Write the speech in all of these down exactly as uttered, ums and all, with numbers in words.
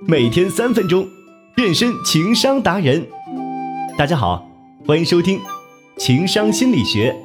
每天三分钟，变身情商达人。大家好，欢迎收听情商心理学。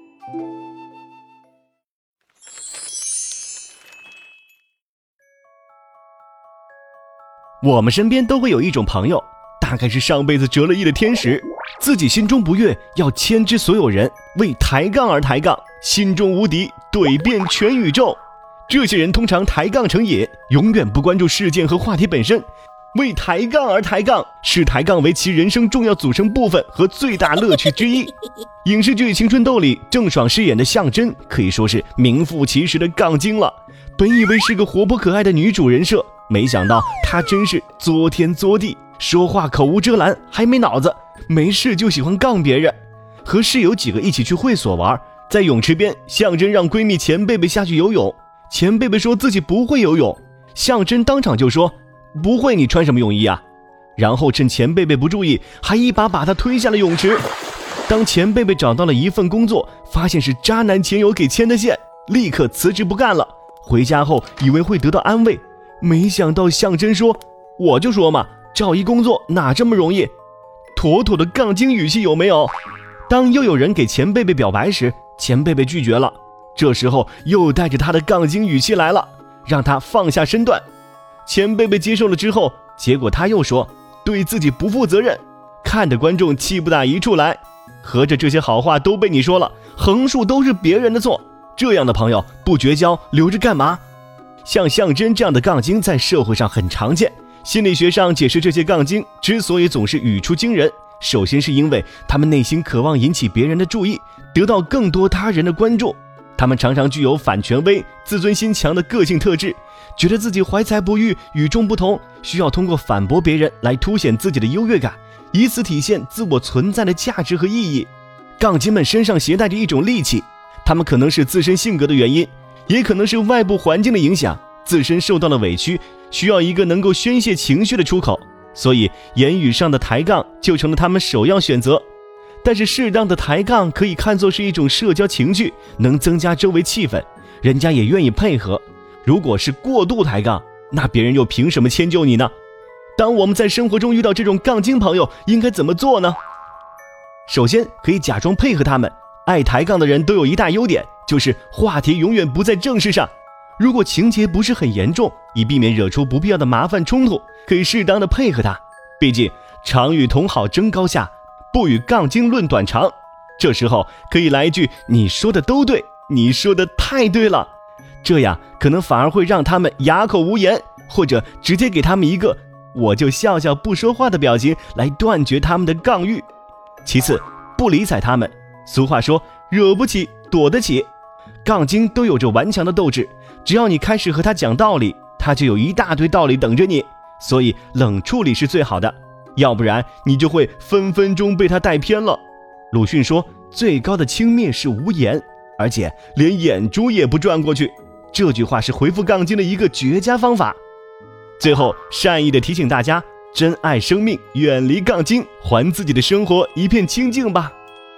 我们身边都会有一种朋友，大概是上辈子折了翼的天使，自己心中不悦，要牵制所有人，为抬杠而抬杠，心中无敌，怼遍全宇宙。这些人通常抬杠成瘾，永远不关注事件和话题本身，为抬杠而抬杠，视抬杠为其人生重要组成部分和最大乐趣之一。影视剧《青春痘》里，郑爽饰演的向真可以说是名副其实的杠精了。本以为是个活泼可爱的女主人设，没想到她真是作天作地，说话口无遮拦，还没脑子，没事就喜欢杠别人。和室友几个一起去会所玩，在泳池边，向真让闺蜜钱贝贝下去游泳。钱贝贝说自己不会游泳，向真当场就说不会，你穿什么泳衣啊？然后趁钱贝贝不注意，还一把把她推下了泳池。当钱贝贝找到了一份工作，发现是渣男前友给牵的线，立刻辞职不干了。回家后以为会得到安慰，没想到向真说，我就说嘛，找一工作哪这么容易？妥妥的杠精语气有没有？当又有人给钱贝贝表白时，钱贝贝拒绝了，这时候又带着他的杠精语气来了，让他放下身段。钱贝贝接受了之后，结果他又说对自己不负责任，看的观众气不打一处来。合着这些好话都被你说了，横竖都是别人的错，这样的朋友不绝交留着干嘛？像向真这样的杠精在社会上很常见，心理学上解释这些杠精之所以总是语出惊人，首先是因为他们内心渴望引起别人的注意，得到更多他人的关注。他们常常具有反权威、自尊心强的个性特质，觉得自己怀才不遇、与众不同，需要通过反驳别人来凸显自己的优越感，以此体现自我存在的价值和意义。杠精们身上携带着一种戾气，他们可能是自身性格的原因，也可能是外部环境的影响，自身受到了委屈，需要一个能够宣泄情绪的出口，所以言语上的抬杠就成了他们首要选择。但是适当的抬杠可以看作是一种社交情趣，能增加周围气氛，人家也愿意配合。如果是过度抬杠，那别人又凭什么迁就你呢？当我们在生活中遇到这种杠精朋友，应该怎么做呢？首先可以假装配合他们。爱抬杠的人都有一大优点，就是话题永远不在正事上。如果情节不是很严重，以避免惹出不必要的麻烦冲突，可以适当的配合他。毕竟常与同好争高下，不与杠精论短长。这时候可以来一句，你说的都对，你说的太对了，这样可能反而会让他们哑口无言，或者直接给他们一个我就笑笑不说话的表情，来断绝他们的杠欲。其次，不理睬他们。俗话说，惹不起躲得起，杠精都有着顽强的斗志，只要你开始和他讲道理，他就有一大堆道理等着你，所以冷处理是最好的，要不然你就会分分钟被他带偏了。鲁迅说，最高的轻蔑是无言，而且连眼珠也不转过去。这句话是回复杠精的一个绝佳方法。最后，善意的提醒大家，珍爱生命，远离杠精，还自己的生活一片清净吧。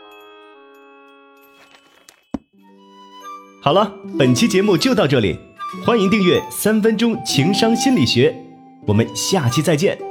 好了，本期节目就到这里，欢迎订阅三分钟情商心理学，我们下期再见。